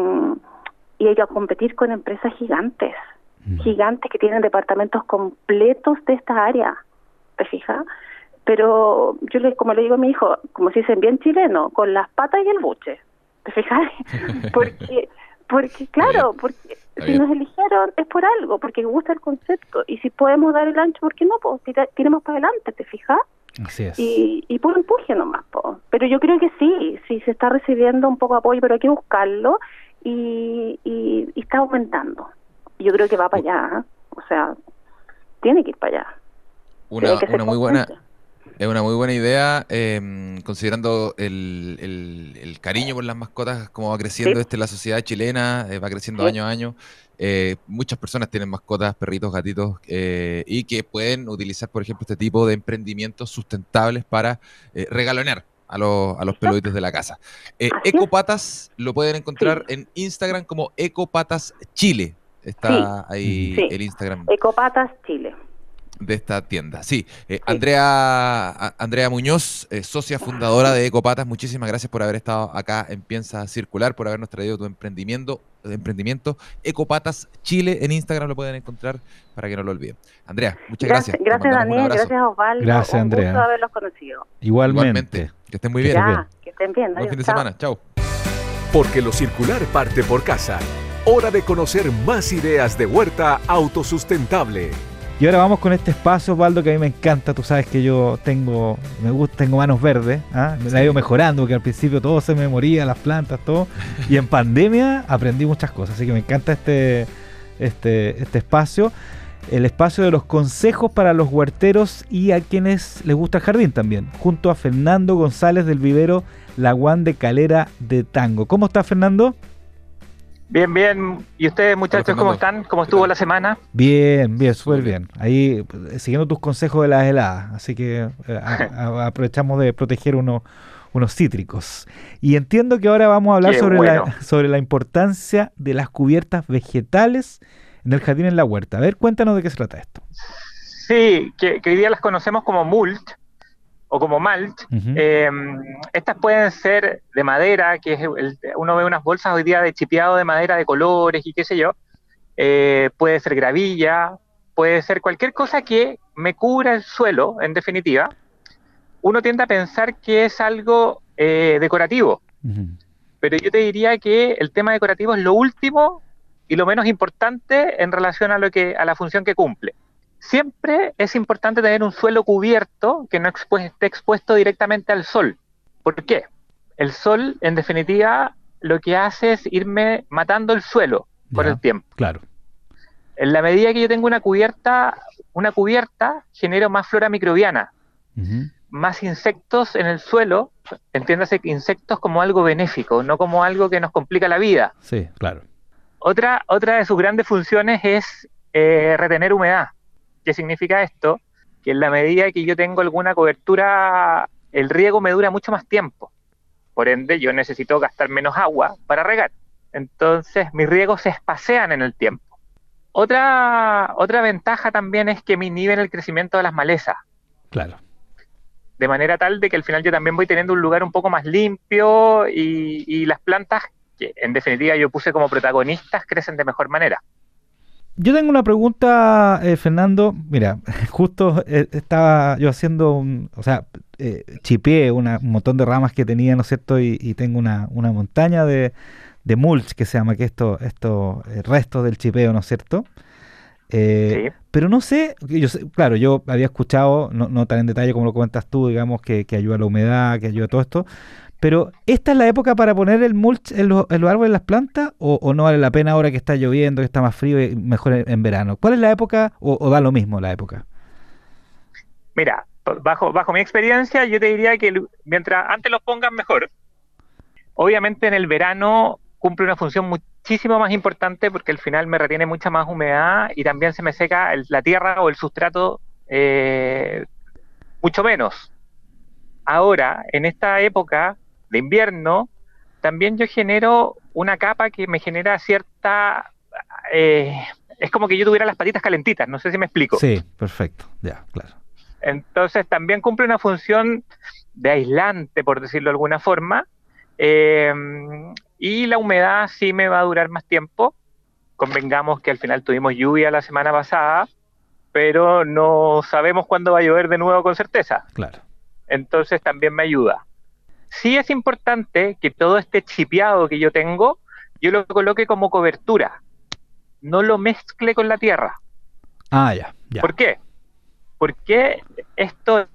y hay que competir con empresas gigantes, gigantes que tienen departamentos completos de esta área. ¿Te fijas? Pero yo, le, como le digo a mi hijo, como se dicen bien chileno, con las patas y el buche. ¿Te fijas? Porque, porque claro, porque Está si bien. nos eligieron es por algo, porque gusta el concepto. Y si podemos dar el ancho, ¿por qué no? Pues tira- tiremos para adelante, ¿te fijas? Así es. Y, y puro empuje nomás, po. Pero yo creo que sí, sí se está recibiendo un poco de apoyo, pero hay que buscarlo y, y, y está aumentando. Y yo creo que va para allá, ¿eh? O sea, tiene que ir para allá. Una, Hay que ser una muy buena, consciente. es una muy buena idea, eh, considerando el, el- el cariño por las mascotas, cómo va creciendo Sí. este, la sociedad chilena, eh, va creciendo Sí. año a año. Eh, muchas personas tienen mascotas, perritos, gatitos, eh, y que pueden utilizar, por ejemplo, este tipo de emprendimientos sustentables para eh, regalonear, a los, a los peluditos de la casa. Eh, Ecopatas lo pueden encontrar sí. en Instagram como Ecopatas Chile. Está sí. ahí sí. el Instagram. Ecopatas Chile. De esta tienda, sí. Eh, sí. Andrea, a, Andrea Muñoz, eh, socia fundadora de Ecopatas, muchísimas gracias por haber estado acá en Piensa Circular, por habernos traído tu emprendimiento. emprendimiento. Ecopatas Chile en Instagram lo pueden encontrar para que no lo olviden. Andrea, muchas gracias. Gracias, gracias Daniel, gracias Osvaldo. Gracias, un Andrea. gusto haberlos conocido. Igualmente. Igualmente. Que estén muy bien. Ya, que estén bien. Buen fin de semana. Chao. Porque lo circular parte por casa. Hora de conocer más ideas de huerta autosustentable. Y ahora vamos con este espacio, Osvaldo, que a mí me encanta. Tú sabes que yo tengo, me gusta, tengo manos verdes, ¿ah? Me la he ido mejorando, porque al principio todo se me moría, las plantas, todo. Y en pandemia aprendí muchas cosas, así que me encanta este, este, este espacio. El espacio de los consejos para los huerteros y a quienes les gusta el jardín también, junto a Fernando González del vivero Laguán de Calera de Tango. ¿Cómo está, Fernando? Bien, bien. ¿Y ustedes, muchachos, Hola, cómo están? ¿Cómo estuvo la semana? Bien, bien, súper bien. Ahí, siguiendo tus consejos de las heladas. Así que eh, a, a, aprovechamos de proteger unos, unos cítricos. Y entiendo que ahora vamos a hablar sobre, bueno. la, sobre la importancia de las cubiertas vegetales en el jardín, en la huerta. A ver, cuéntanos de qué se trata esto. Sí, que, que hoy día las conocemos como mulch o como mulch. Uh-huh. Eh, estas pueden ser de madera, que es el, uno ve unas bolsas hoy día de chipeado de madera de colores y qué sé yo. Eh, puede ser gravilla, puede ser cualquier cosa que me cubra el suelo, en definitiva. Uno tiende a pensar que es algo eh, decorativo, uh-huh. pero yo te diría que el tema decorativo es lo último y lo menos importante en relación a lo que a la función que cumple. Siempre es importante tener un suelo cubierto que no expu- esté expuesto directamente al sol. ¿Por qué? El sol, en definitiva, lo que hace es irme matando el suelo ya, con el tiempo. Claro. En la medida que yo tengo una cubierta, una cubierta genero más flora microbiana, uh-huh. más insectos en el suelo, entiéndase que insectos como algo benéfico, no como algo que nos complica la vida. Sí, claro. Otra, otra de sus grandes funciones es eh, retener humedad. ¿Qué significa esto? Que en la medida que yo tengo alguna cobertura, el riego me dura mucho más tiempo. Por ende, yo necesito gastar menos agua para regar. Entonces, mis riegos se espacean en el tiempo. Otra, otra ventaja también es que me inhiben el crecimiento de las malezas. Claro. De manera tal de que al final yo también voy teniendo un lugar un poco más limpio y, y las plantas, que en definitiva yo puse como protagonistas, crecen de mejor manera. Yo tengo una pregunta, eh, Fernando. Mira, justo eh, estaba yo haciendo, un, o sea, eh, chipeé una, un montón de ramas que tenía, ¿no es cierto? Y, y tengo una, una montaña de, de mulch, que se llama, que esto, esto eh, restos del chipeo, ¿no es cierto? Eh, sí. Pero no sé, yo sé, claro, yo había escuchado, no, no tan en detalle como lo comentas tú, digamos, que, que ayuda a la humedad, que ayuda a todo esto. Pero, ¿esta es la época para poner el mulch en los, en los árboles, en las plantas? O, ¿O no vale la pena ahora que está lloviendo, que está más frío y mejor en, en verano? ¿Cuál es la época o, o da lo mismo la época? Mira, bajo, bajo mi experiencia, yo te diría que mientras antes los pongan mejor. Obviamente en el verano cumple una función muchísimo más importante porque al final me retiene mucha más humedad y también se me seca el, la tierra o el sustrato eh, mucho menos. Ahora, en esta época de invierno, también yo genero una capa que me genera cierta... Eh, es como que yo tuviera las patitas calentitas, no sé si me explico. Sí, perfecto, ya, claro. Entonces también cumple una función de aislante, por decirlo de alguna forma, eh, y la humedad sí me va a durar más tiempo. Convengamos que al final tuvimos lluvia la semana pasada, pero no sabemos cuándo va a llover de nuevo con certeza. Claro. Entonces también me ayuda. Sí es importante que todo este chipeado que yo tengo, yo lo coloque como cobertura, no lo mezcle con la tierra. Ah, ya, ya. ¿Por qué? Porque esto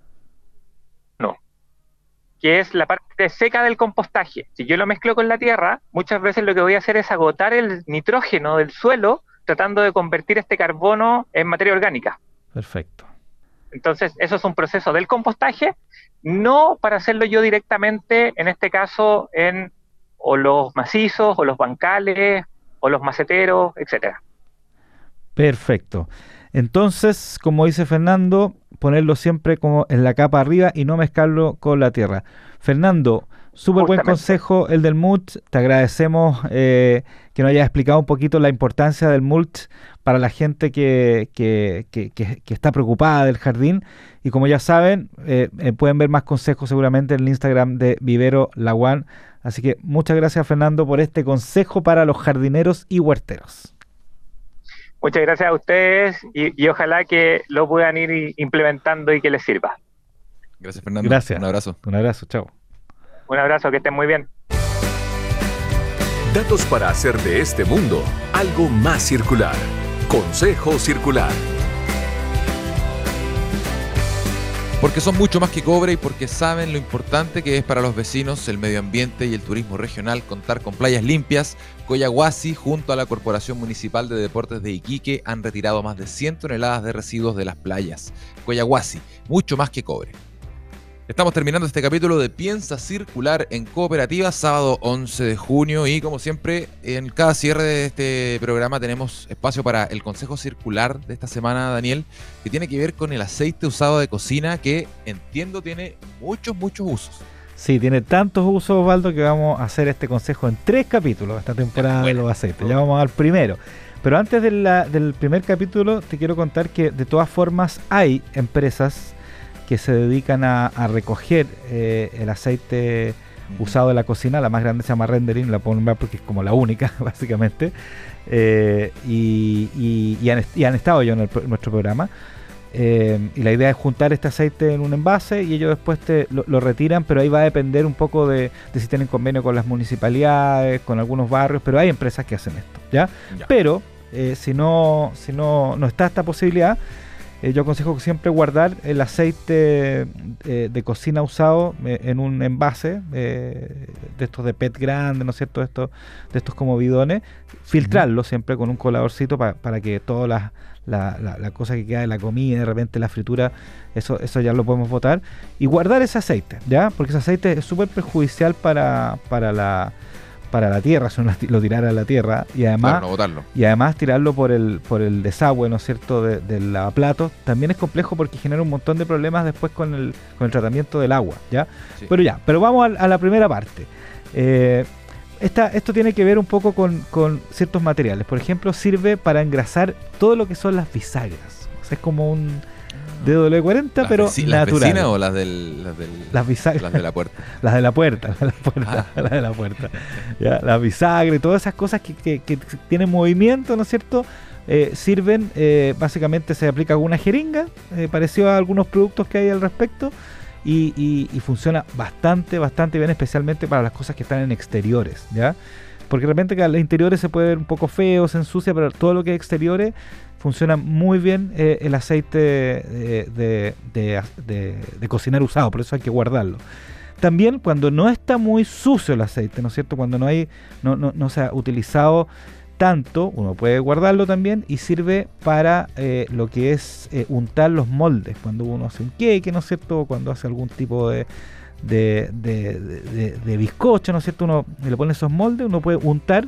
no, que es la parte seca del compostaje. Si yo lo mezclo con la tierra, muchas veces lo que voy a hacer es agotar el nitrógeno del suelo, tratando de convertir este carbono en materia orgánica. Perfecto. Entonces, eso es un proceso del compostaje, no para hacerlo yo directamente, en este caso, en o los macizos, o los bancales, o los maceteros, etcétera. Perfecto. Entonces, como dice Fernando, ponerlo siempre como en la capa arriba y no mezclarlo con la tierra. Fernando, súper buen consejo el del mulch. Te agradecemos eh, que nos hayas explicado un poquito la importancia del mulch para la gente que, que, que, que, que está preocupada del jardín. Y como ya saben, eh, eh, pueden ver más consejos seguramente en el Instagram de Vivero Laguán. Así que muchas gracias, Fernando, por este consejo para los jardineros y huerteros. Muchas gracias a ustedes y, y ojalá que lo puedan ir implementando y que les sirva. Gracias, Fernando. Gracias. Un abrazo. Un abrazo, chao. Un abrazo, que estén muy bien. Datos para hacer de este mundo algo más circular. Consejo Circular. Porque son mucho más que cobre y porque saben lo importante que es para los vecinos, el medio ambiente y el turismo regional contar con playas limpias, Coyahuasi, junto a la Corporación Municipal de Deportes de Iquique, han retirado más de cien toneladas de residuos de las playas. Coyahuasi, mucho más que cobre. Estamos terminando este capítulo de Piensa Circular en Cooperativa, sábado once de junio, y como siempre, en cada cierre de este programa tenemos espacio para el consejo circular de esta semana, Daniel, que tiene que ver con el aceite usado de cocina, que entiendo tiene muchos, muchos usos. Sí, tiene tantos usos, Osvaldo, que vamos a hacer este consejo en tres capítulos esta temporada bueno, de los aceites. Ya vamos al primero. Pero antes de la, del primer capítulo, te quiero contar que de todas formas hay empresas que se dedican a, a recoger eh, el aceite uh-huh. usado de la cocina. La más grande se llama Rendering, la puedo nombrar porque es como la única, básicamente. Eh, y, y, y, han, y han estado yo en, el, en nuestro programa. Eh, y la idea es juntar este aceite en un envase y ellos después te, lo, lo retiran, pero ahí va a depender un poco de, de si tienen convenio con las municipalidades, con algunos barrios, pero hay empresas que hacen esto, ¿ya? ya. Pero eh, si no, si no, no está esta posibilidad, Eh, yo aconsejo siempre guardar el aceite eh, de cocina usado eh, en un envase eh, de estos de P E T grande, ¿no es cierto? De estos, de estos como bidones, filtrarlo uh-huh. siempre con un coladorcito pa, para que toda la, la, la, la cosa que queda de la comida, de repente la fritura, eso, eso ya lo podemos botar y guardar ese aceite, ¿ya? Porque ese aceite es súper perjudicial para, para la para la tierra, si uno lo tirara a la tierra y además claro, no botarlo. y además tirarlo por el por el desagüe, ¿no es cierto?, de, del lavaplatos, también es complejo porque genera un montón de problemas después con el con el tratamiento del agua, ¿ya? Sí. Pero ya, pero vamos a, a la primera parte. Eh, esta, esto tiene que ver un poco con, con ciertos materiales. Por ejemplo, sirve para engrasar todo lo que son las bisagras. O sea, es como un D W cuarenta, las pero veci- natural. ¿Las vecinas o las, del, las, del, las bisagras? Las de la puerta. Las de la puerta, las de la puerta, ah. las de la puerta. Ya, las bisagras y todas esas cosas que, que, que tienen movimiento, ¿no es cierto? Eh, sirven, eh, básicamente se aplica con una jeringa, eh, parecido a algunos productos que hay al respecto, y, y, y funciona bastante, bastante bien, especialmente para las cosas que están en exteriores, ¿ya? Porque de repente que a los interiores se puede ver un poco feo, se ensucia, pero todo lo que es exteriores funciona muy bien eh, el aceite de, de, de, de, de cocinar usado, por eso hay que guardarlo. También cuando no está muy sucio el aceite, ¿no es cierto? Cuando no hay, no, no, no se ha utilizado tanto, uno puede guardarlo también y sirve para eh, lo que es eh, untar los moldes, cuando uno hace un queque, ¿no es cierto? Cuando hace algún tipo de de, de, de, de, de bizcocho, ¿no es cierto? Uno le pone esos moldes, uno puede untar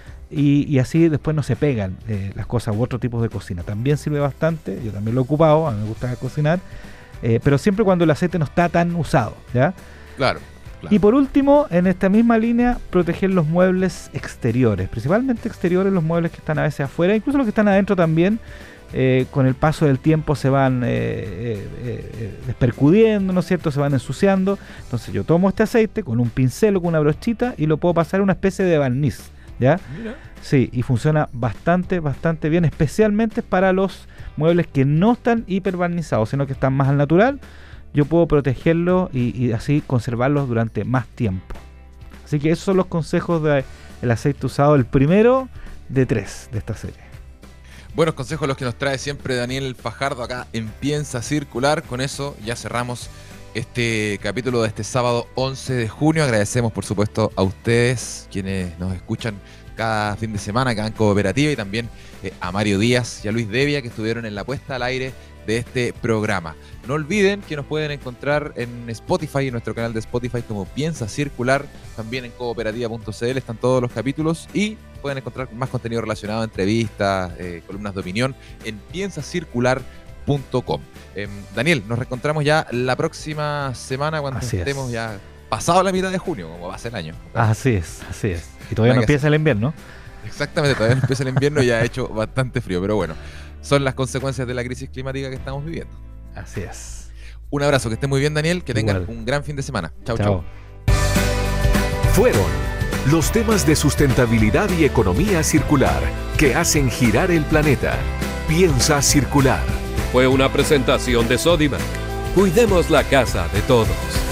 y, y así después no se pegan eh, las cosas u otros tipos de cocina. También sirve bastante, yo también lo he ocupado, a mí me gusta cocinar, eh, pero siempre cuando el aceite no está tan usado, ¿ya? Claro. Claro. Y por último, en esta misma línea, proteger los muebles exteriores, principalmente exteriores, los muebles que están a veces afuera, incluso los que están adentro también, eh, con el paso del tiempo se van eh, eh, eh, despercudiendo, ¿no es cierto? Se van ensuciando. Entonces yo tomo este aceite con un pincel o con una brochita y lo puedo pasar a una especie de barniz, ¿ya? Mira. Sí, y funciona bastante, bastante bien, especialmente para los muebles que no están hiperbarnizados, sino que están más al natural. Yo puedo protegerlos y, y así conservarlos durante más tiempo. Así que esos son los consejos del aceite usado, el primero de tres de esta serie. Buenos consejos los que nos trae siempre Daniel Fajardo acá en Piensa Circular. Con eso ya cerramos este capítulo de este sábado once de junio. Agradecemos por supuesto a ustedes quienes nos escuchan cada fin de semana acá en Cooperativa, y también eh, a Mario Díaz y a Luis Devia, que estuvieron en la puesta al aire de este programa. No olviden que nos pueden encontrar en Spotify, en nuestro canal de Spotify como Piensa Circular, también en cooperativa punto c l están todos los capítulos y pueden encontrar más contenido relacionado, entrevistas, eh, columnas de opinión en piensa circular punto com. Eh, Daniel, nos reencontramos ya la próxima semana cuando Así estemos es. ya pasado la mitad de junio, como va a ser el año. Así es, así es. Y todavía no Nada que empieza el invierno. Exactamente, todavía no empieza el invierno y ya ha hecho bastante frío, pero bueno, son las consecuencias de la crisis climática que estamos viviendo. Así es. Un abrazo, que estén muy bien, Daniel, que tengan Igual. un gran fin de semana. Chau, Chao. chau. Fueron los temas de sustentabilidad y economía circular que hacen girar el planeta. Piensa circular. Fue una presentación de Sodimac. Cuidemos la casa de todos.